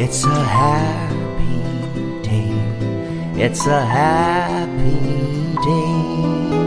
It's a happy day. It's a happy day.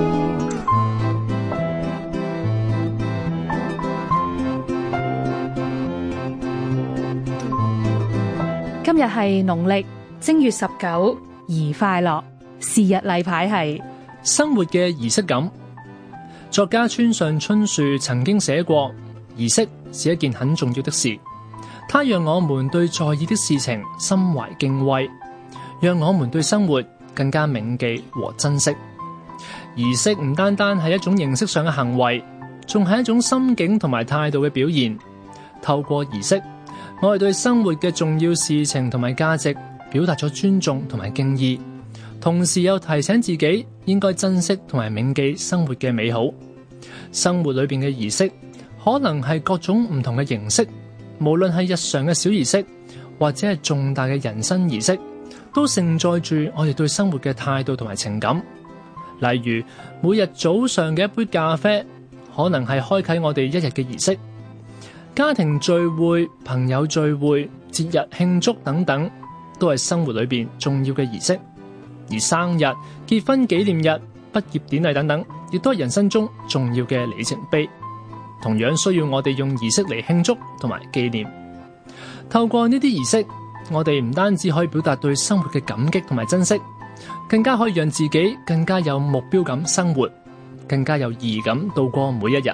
今日係農曆正月19，宜快樂。是日例牌係生活嘅儀式感。作家村上春樹曾經寫過，儀式是一件很重要的事，它讓我們對在意的事情心懷敬畏，讓我們對生活更加銘記和珍惜。儀式唔單單係一種形式上嘅行為，仲係一種心境同埋態度嘅表現。透過儀式，我哋對生活嘅重要事情同埋價值表達咗尊重同埋敬意，同時又提醒自己應該珍惜同埋銘記生活嘅美好。生活裏邊嘅儀式可能係各種唔同嘅形式，無論係日常嘅小儀式，或者係重大嘅人生儀式，都承載住我哋對生活嘅態度同埋情感。例如每日早上嘅一杯咖啡，可能係開啟我哋一日嘅儀式。家庭聚會、朋友聚會、節日慶祝等等，都係生活裏邊重要嘅儀式。而生日、結婚紀念日、畢業典禮等等，亦都係人生中重要嘅里程碑，同樣需要我哋用儀式嚟慶祝同埋紀念。透過呢啲儀式，我哋唔單止可以表達對生活嘅感激同埋珍惜，更加可以讓自己更加有目標感生活，更加有意義感度過每一日。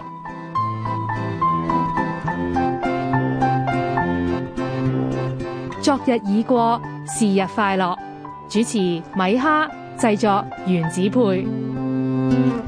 昨日已過，是日快樂。主持米哈，製作原子配。